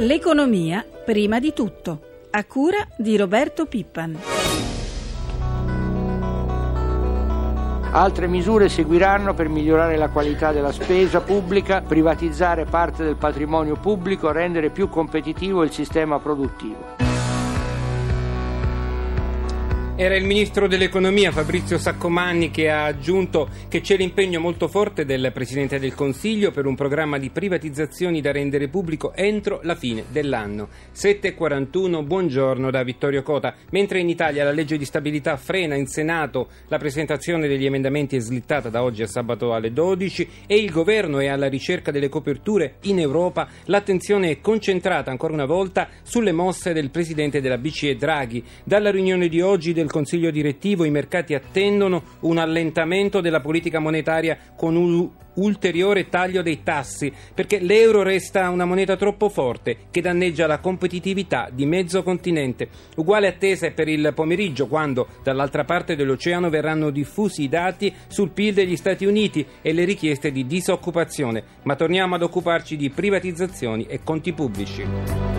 L'economia prima di tutto, a cura di Roberto Pippan. Altre misure seguiranno per migliorare la qualità della spesa pubblica, privatizzare parte del patrimonio pubblico, rendere più competitivo il sistema produttivo. Era il ministro dell'economia Fabrizio Saccomanni che ha aggiunto che c'è l'impegno molto forte del Presidente del Consiglio per un programma di privatizzazioni da rendere pubblico entro la fine dell'anno. 7:41, buongiorno da Vittorio Cota. Mentre in Italia la legge di stabilità frena in Senato, la presentazione degli emendamenti è slittata da oggi a sabato alle 12 e il governo è alla ricerca delle coperture in Europa, l'attenzione è concentrata ancora una volta sulle mosse del Presidente della BCE Draghi. Dalla riunione di oggi del Consiglio direttivo i mercati attendono un allentamento della politica monetaria con un ulteriore taglio dei tassi, perché l'euro resta una moneta troppo forte che danneggia la competitività di mezzo continente. Uguale attesa è per il pomeriggio, quando dall'altra parte dell'oceano verranno diffusi i dati sul PIL degli Stati Uniti e le richieste di disoccupazione. Ma torniamo ad occuparci di privatizzazioni e conti pubblici.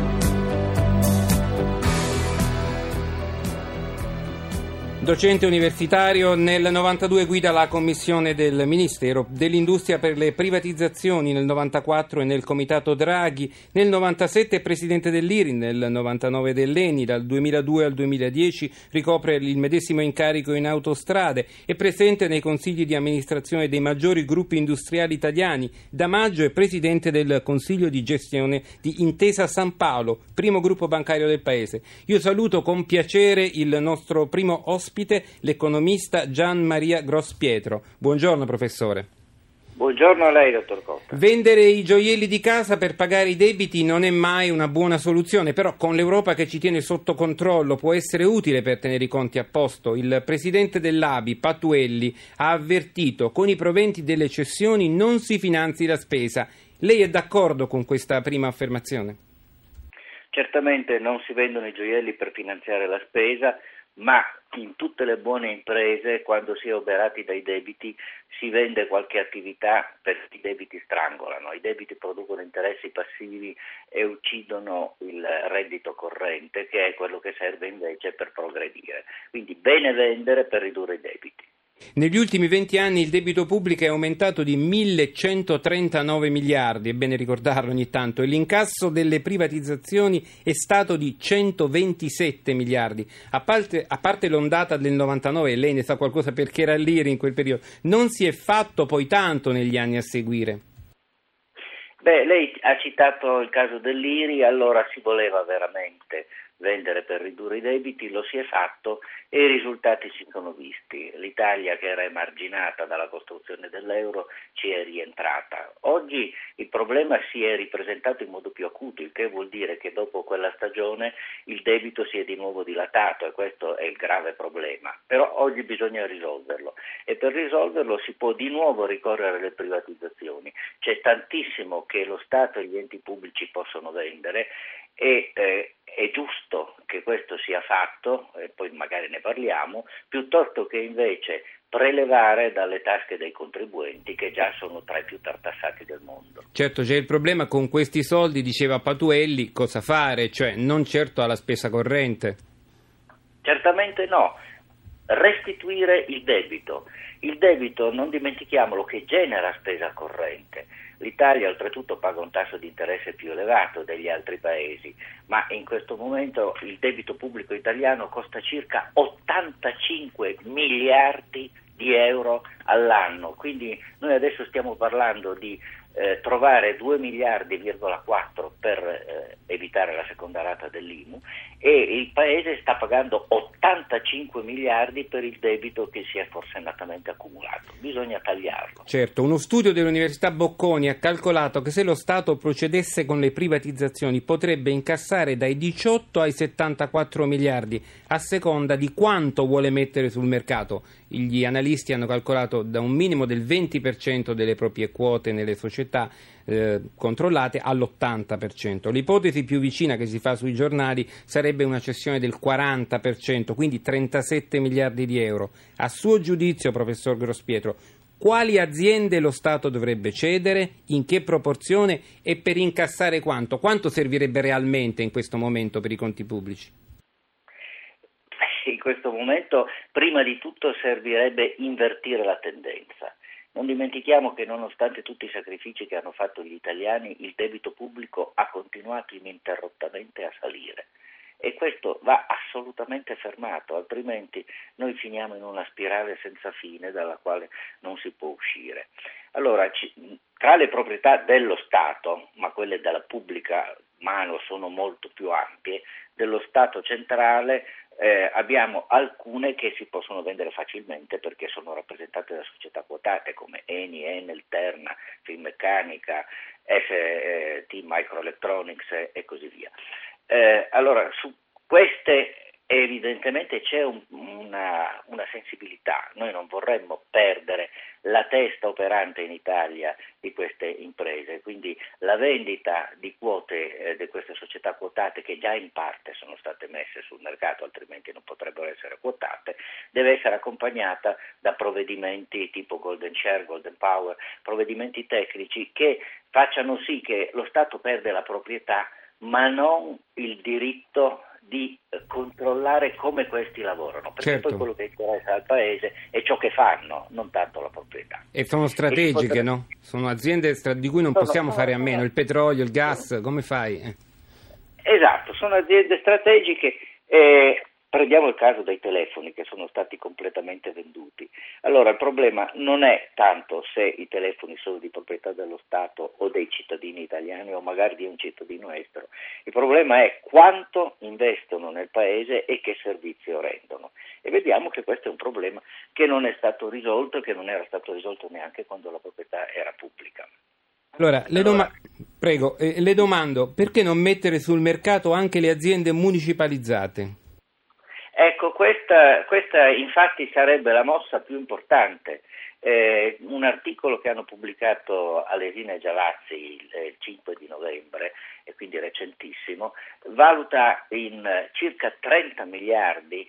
Docente universitario, nel 92 guida la commissione del Ministero dell'Industria per le privatizzazioni, nel 94 e nel Comitato Draghi, nel 97 è presidente dell'IRI, nel 99 dell'ENI, dal 2002 al 2010 ricopre il medesimo incarico in autostrade, è presente nei consigli di amministrazione dei maggiori gruppi industriali italiani, da maggio è presidente del Consiglio di gestione di Intesa San Paolo, primo gruppo bancario del Paese. Io saluto con piacere il nostro primo ospite, l'economista Gian Maria Grospietro. Buongiorno professore. Buongiorno a lei, dottor Cotta. Vendere i gioielli di casa per pagare i debiti non è mai una buona soluzione, però con l'Europa che ci tiene sotto controllo può essere utile per tenere i conti a posto. Il presidente dell'ABI, Patuelli, ha avvertito: con i proventi delle cessioni non si finanzi la spesa. Lei è d'accordo con questa prima affermazione? Certamente non si vendono i gioielli per finanziare la spesa, ma in tutte le buone imprese, quando si è oberati dai debiti, si vende qualche attività perché i debiti strangolano. I debiti producono interessi passivi e uccidono il reddito corrente, che è quello che serve invece per progredire. Quindi bene vendere per ridurre i debiti. Negli ultimi 20 anni il debito pubblico è aumentato di 1.139 miliardi, è bene ricordarlo ogni tanto, e l'incasso delle privatizzazioni è stato di 127 miliardi. A parte l'ondata del 99, lei ne sa qualcosa perché era lì in quel periodo, non si è fatto poi tanto negli anni a seguire. Lei ha citato il caso dell'IRI, allora si voleva veramente vendere per ridurre i debiti, lo si è fatto e i risultati si sono visti. L'Italia, che era emarginata dalla costruzione dell'euro, ci è rientrata. Oggi il problema si è ripresentato in modo più acuto, il che vuol dire che dopo quella stagione il debito si è di nuovo dilatato e questo è il grave problema. Però oggi bisogna risolverlo e per risolverlo si può di nuovo ricorrere alle privatizzazioni. C'è tantissimo che lo Stato e gli enti pubblici possono vendere e è giusto che questo sia fatto, e poi magari ne parliamo, piuttosto che invece prelevare dalle tasche dei contribuenti, che già sono tra i più tartassati del mondo. Certo, c'è il problema con questi soldi, diceva Patuelli, cosa fare, cioè non certo alla spesa corrente. Certamente no, restituire il debito. Il debito, non dimentichiamolo, che genera spesa corrente. L'Italia oltretutto paga un tasso di interesse più elevato degli altri paesi, ma in questo momento il debito pubblico italiano costa circa 85 miliardi di euro all'anno, quindi noi adesso stiamo parlando di trovare 2 miliardi,4 per evitare la seconda rata dell'IMU e il Paese sta pagando 85 miliardi per il debito che si è forsennatamente accumulato. Bisogna tagliarlo. Certo, uno studio dell'Università Bocconi ha calcolato che se lo Stato procedesse con le privatizzazioni potrebbe incassare dai 18 ai 74 miliardi a seconda di quanto vuole mettere sul mercato. Gli analisti hanno calcolato da un minimo del 20% delle proprie quote nelle società controllate all'80%. L'ipotesi più vicina che si fa sui giornali sarebbe una cessione del 40%, quindi 37 miliardi di euro. A suo giudizio, professor Grospietro, quali aziende lo Stato dovrebbe cedere, in che proporzione e per incassare quanto? Quanto servirebbe realmente in questo momento per i conti pubblici? In questo momento, prima di tutto, servirebbe invertire la tendenza. Non dimentichiamo che nonostante tutti i sacrifici che hanno fatto gli italiani, il debito pubblico ha continuato ininterrottamente a salire e questo va assolutamente fermato, altrimenti noi finiamo in una spirale senza fine dalla quale non si può uscire. Allora, tra le proprietà dello Stato, ma quelle della pubblica mano sono molto più ampie, dello Stato centrale abbiamo alcune che si possono vendere facilmente perché sono rappresentate da società quotate come Eni, Enel, Terna, Finmeccanica, ST Microelectronics e così via. Allora, su queste evidentemente c'è una sensibilità. Noi non vorremmo perdere la testa operante in Italia di queste imprese, quindi la vendita di quote di queste società quotate, che già in parte sono state messe sul mercato, altrimenti non potrebbero essere quotate, deve essere accompagnata da provvedimenti tipo Golden Share, Golden Power, provvedimenti tecnici che facciano sì che lo Stato perde la proprietà ma non il diritto di controllare come questi lavorano, perché certo. Poi quello che interessa al Paese è ciò che fanno, non tanto la proprietà. E sono strategiche, no? Sono aziende di cui non possiamo fare a meno, il petrolio, il gas, come fai? Esatto, sono aziende strategiche. Prendiamo il caso dei telefoni che sono stati completamente venduti. Allora il problema non è tanto se i telefoni sono di proprietà dello Stato o dei cittadini italiani o magari di un cittadino estero. Il problema è quanto investono nel Paese e che servizio rendono. E vediamo che questo è un problema che non è stato risolto e che non era stato risolto neanche quando la proprietà era pubblica. Allora, le domando, perché non mettere sul mercato anche le aziende municipalizzate? Ecco, questa infatti sarebbe la mossa più importante. Un articolo che hanno pubblicato Alesina e Giavazzi il 5 di novembre, e quindi recentissimo, valuta in circa 30 miliardi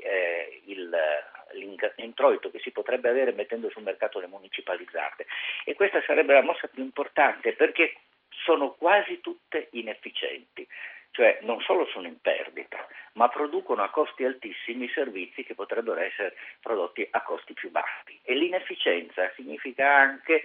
l'introito che si potrebbe avere mettendo sul mercato le municipalizzate, e questa sarebbe la mossa più importante perché sono quasi tutte inefficienti. Cioè non solo sono in perdita, ma producono a costi altissimi servizi che potrebbero essere prodotti a costi più bassi. E l'inefficienza significa anche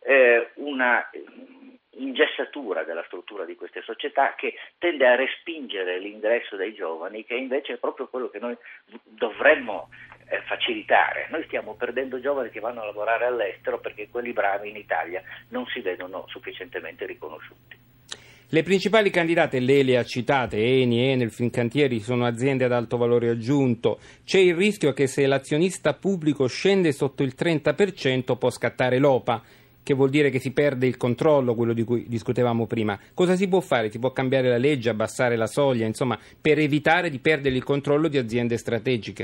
una ingessatura della struttura di queste società che tende a respingere l'ingresso dei giovani, che invece è proprio quello che noi dovremmo facilitare. Noi stiamo perdendo giovani che vanno a lavorare all'estero perché quelli bravi in Italia non si vedono sufficientemente riconosciuti. Le principali candidate, lei le ha citate, Eni, Enel, Fincantieri, sono aziende ad alto valore aggiunto. C'è il rischio che se l'azionista pubblico scende sotto il 30% può scattare l'OPA, che vuol dire che si perde il controllo, quello di cui discutevamo prima. Cosa si può fare? Si può cambiare la legge, abbassare la soglia, insomma, per evitare di perdere il controllo di aziende strategiche?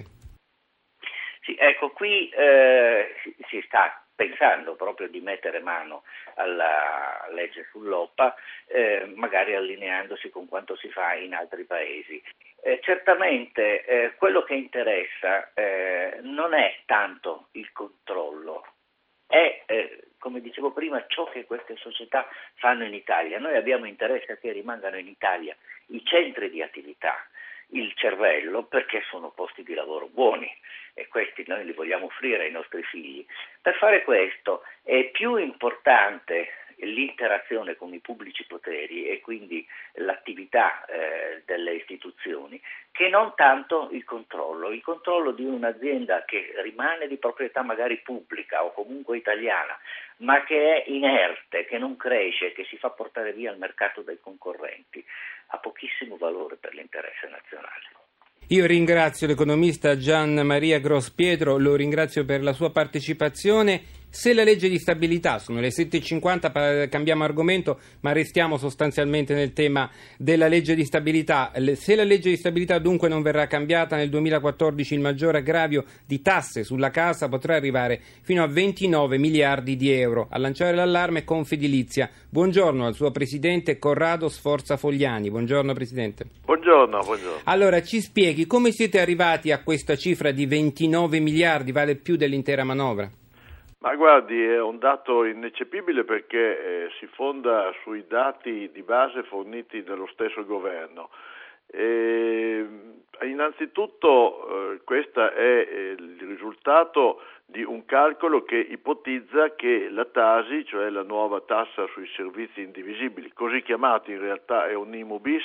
Sì, ecco, qui si sta pensando proprio di mettere mano alla legge sull'OPA, magari allineandosi con quanto si fa in altri paesi. Certamente quello che interessa non è tanto il controllo, è, come dicevo prima, ciò che queste società fanno in Italia. Noi abbiamo interesse a che rimangano in Italia i centri di attività, il cervello, perché sono posti di lavoro buoni e questi noi li vogliamo offrire ai nostri figli. Per fare questo è più importante l'interazione con i pubblici poteri e quindi l'attività delle istituzioni che non tanto il controllo di un'azienda che rimane di proprietà magari pubblica o comunque italiana, ma che è inerte, che non cresce, che si fa portare via al mercato dai concorrenti, ha pochissimo valore per l'interesse nazionale. Io ringrazio l'economista Gian Maria Grospietro, lo ringrazio per la sua partecipazione. Se la legge di stabilità, sono le 7.50, cambiamo argomento, ma restiamo sostanzialmente nel tema della legge di stabilità. Se la legge di stabilità dunque non verrà cambiata nel 2014, il maggiore aggravio di tasse sulla casa potrà arrivare fino a 29 miliardi di euro. A lanciare l'allarme Confedilizia. Buongiorno al suo presidente Corrado Sforza Fogliani. Buongiorno Presidente. Buongiorno. Allora, ci spieghi come siete arrivati a questa cifra di 29 miliardi, vale più dell'intera manovra? Ma guardi, è un dato ineccepibile perché si fonda sui dati di base forniti dallo stesso governo. Innanzitutto questo è il risultato di un calcolo che ipotizza che la TASI, cioè la nuova tassa sui servizi indivisibili, così chiamati, in realtà è un IMU bis,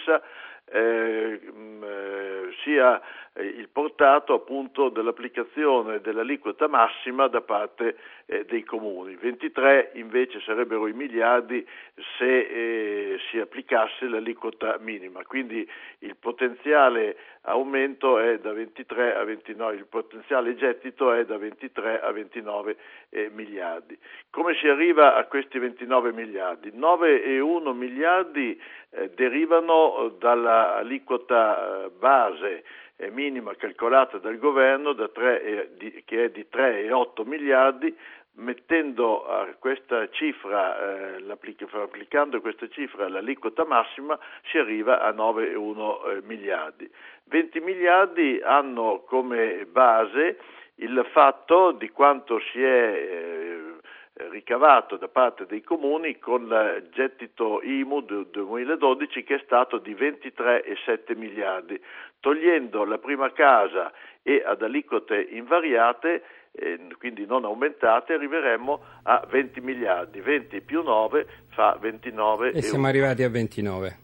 sia il portato appunto dell'applicazione dell'aliquota massima da parte dei comuni. 23 invece sarebbero i miliardi se si applicasse l'aliquota minima, quindi il potenziale aumento è da 23 a 29, il potenziale gettito è da 23 a 29 miliardi. Come si arriva a questi 29 miliardi? 9,1 miliardi derivano dalla aliquota base minima calcolata dal governo che è di 3,8 miliardi, mettendo a questa cifra, applicando questa cifra l'aliquota massima, si arriva a 9,1 miliardi. 20 miliardi hanno come base il fatto di quanto si è ricavato da parte dei comuni con il gettito IMU del 2012, che è stato di 23,7 miliardi. Togliendo la prima casa e ad aliquote invariate, quindi non aumentate, arriveremmo a 20 miliardi. 20 più 9 fa 29. E siamo arrivati a 29.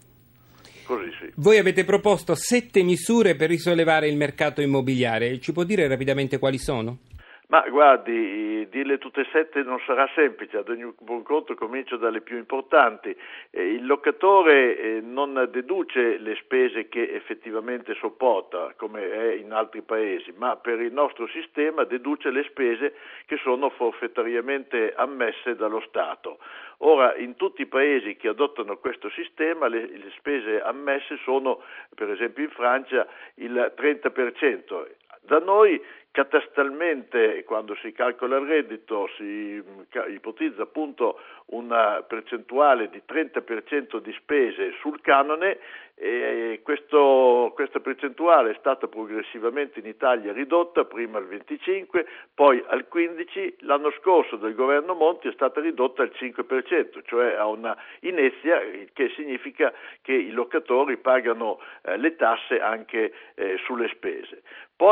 Così sì. Voi avete proposto 7 misure per risollevare il mercato immobiliare. Ci può dire rapidamente quali sono? Ma guardi, dirle tutte e 7 non sarà semplice, ad ogni buon conto comincio dalle più importanti. Il locatore non deduce le spese che effettivamente sopporta, come è in altri paesi, ma per il nostro sistema deduce le spese che sono forfettariamente ammesse dallo Stato. Ora, in tutti i paesi che adottano questo sistema, le spese ammesse sono, per esempio in Francia, il 30%. Da noi catastalmente, quando si calcola il reddito, si ipotizza appunto una percentuale di 30% di spese sul canone, e questa percentuale è stata progressivamente in Italia ridotta, prima al 25%, poi al 15%, l'anno scorso del governo Monti è stata ridotta al 5%, cioè a una inezia, che significa che i locatori pagano le tasse anche sulle spese.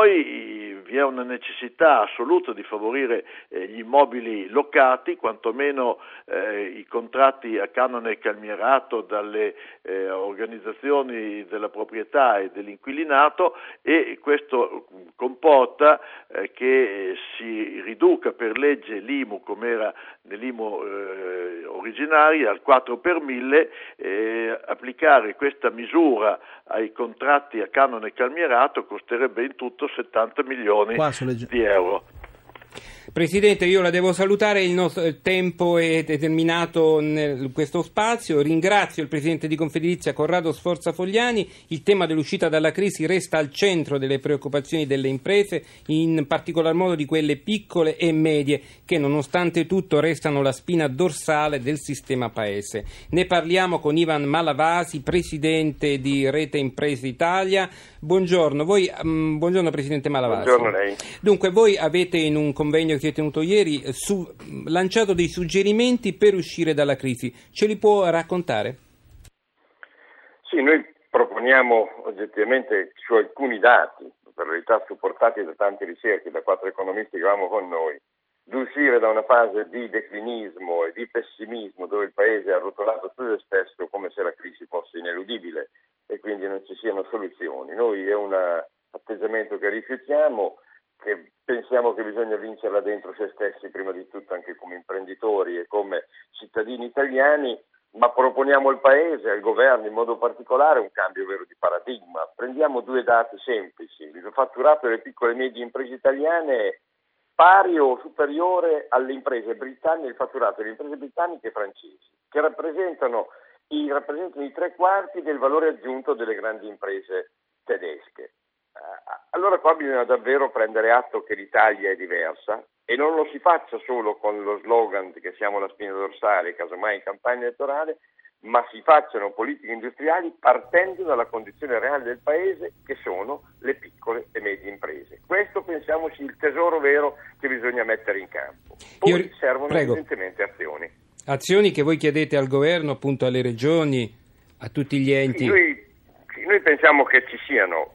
Poi vi è una necessità assoluta di favorire gli immobili locati, quantomeno i contratti a canone calmierato dalle organizzazioni della proprietà e dell'inquilinato, e questo comporta che si riduca per legge l'IMU, come era nell'IMU originaria, al 4 per 1000. Applicare questa misura ai contratti a canone calmierato costerebbe in tutto 70 milioni di euro. Presidente, io la devo salutare, il nostro tempo è terminato in questo spazio. Ringrazio il Presidente di Confedilizia Corrado Sforza Fogliani. Il tema dell'uscita dalla crisi resta al centro delle preoccupazioni delle imprese, in particolar modo di quelle piccole e medie, che nonostante tutto restano la spina dorsale del sistema paese. Ne parliamo con Ivan Malavasi, Presidente di Rete Imprese Italia. Buongiorno, buongiorno Presidente Malavasi. Buongiorno a lei. Dunque, voi avete in un convegno che si è tenuto ieri lanciato dei suggerimenti per uscire dalla crisi. Ce li può raccontare? Sì, noi proponiamo oggettivamente su alcuni dati, per verità supportati da tante ricerche, da 4 economisti che avevamo con noi, di uscire da una fase di declinismo e di pessimismo dove il Paese ha rotolato su se stesso come se la crisi fosse ineludibile e quindi non ci siano soluzioni. Noi è un atteggiamento che rifiutiamo, che pensiamo che bisogna vincerla dentro se stessi, prima di tutto anche come imprenditori e come cittadini italiani, ma proponiamo al Paese, al governo in modo particolare, un cambio vero di paradigma. Prendiamo 2 dati semplici: il fatturato delle piccole e medie imprese italiane è pari o superiore alle imprese britanniche, il fatturato delle imprese britanniche e francesi, che rappresentano i 3/4 del valore aggiunto delle grandi imprese tedesche. Allora qua bisogna davvero prendere atto che l'Italia è diversa, e non lo si faccia solo con lo slogan che siamo la spina dorsale, casomai in campagna elettorale, ma si facciano politiche industriali partendo dalla condizione reale del paese, che sono le piccole e medie imprese. Questo pensiamo sia il tesoro vero che bisogna mettere in campo. Poi servono evidentemente azioni. Azioni che voi chiedete al governo, appunto alle regioni, a tutti gli enti. Noi pensiamo che ci siano,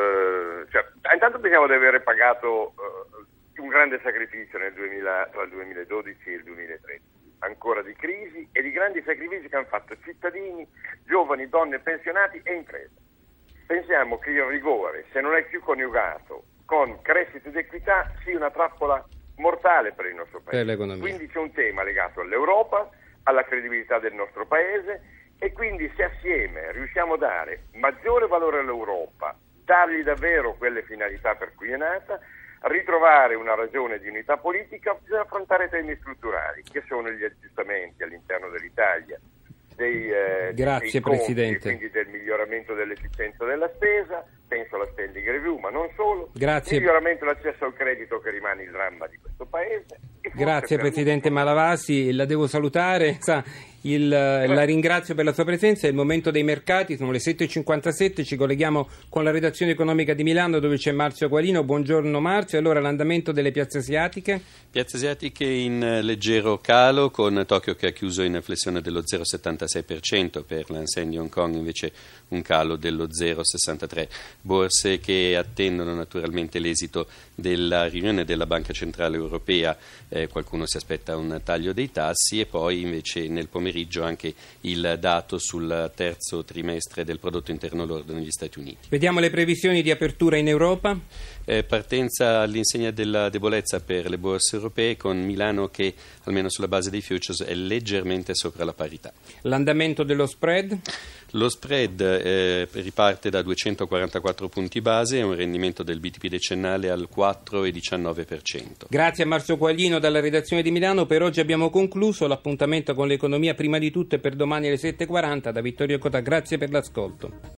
intanto pensiamo di aver pagato un grande sacrificio tra il 2012 e il 2013, ancora di crisi e di grandi sacrifici che hanno fatto cittadini, giovani, donne, pensionati e imprese. Pensiamo che il rigore, se non è più coniugato con crescita ed equità, sia una trappola mortale per il nostro paese. Per l'economia. Quindi c'è un tema legato all'Europa, alla credibilità del nostro paese, e quindi se assieme riusciamo a dare maggiore valore all'Europa, dargli davvero quelle finalità per cui è nata, ritrovare una ragione di unità politica, bisogna affrontare temi strutturali, che sono gli aggiustamenti all'interno dell'Italia Grazie dei conti, Presidente. e quindi del miglioramento dell'efficienza della spesa, penso alla spending review, ma non solo. Grazie. Il miglioramento dell'accesso al credito, che rimane il dramma di questo paese. Grazie Presidente Malavasi, la devo salutare, la ringrazio per la sua presenza. È il momento dei mercati, sono le 7.57, ci colleghiamo con la redazione economica di Milano dove c'è Marzio Gualino. Buongiorno Marzio. Allora, l'andamento delle piazze asiatiche? Piazze asiatiche in leggero calo, con Tokyo che ha chiuso in flessione dello 0,76%, per l'Hang di Hong Kong invece un calo dello 0,63%. Borse che attendono naturalmente l'esito della riunione della Banca Centrale Europea, qualcuno si aspetta un taglio dei tassi, e poi invece nel pomeriggio anche il dato sul terzo trimestre del prodotto interno lordo negli Stati Uniti. Vediamo le previsioni di apertura in Europa. Partenza all'insegna della debolezza per le borse europee, con Milano che almeno sulla base dei futures è leggermente sopra la parità. L'andamento dello spread? Lo spread riparte da 244 punti base e un rendimento del BTP decennale al 4,19%. Grazie a Marzio Guaglino dalla redazione di Milano. Per oggi abbiamo concluso. L'appuntamento con l'economia prima di tutto è per domani alle 7.40 da Vittorio Cotà. Grazie per l'ascolto.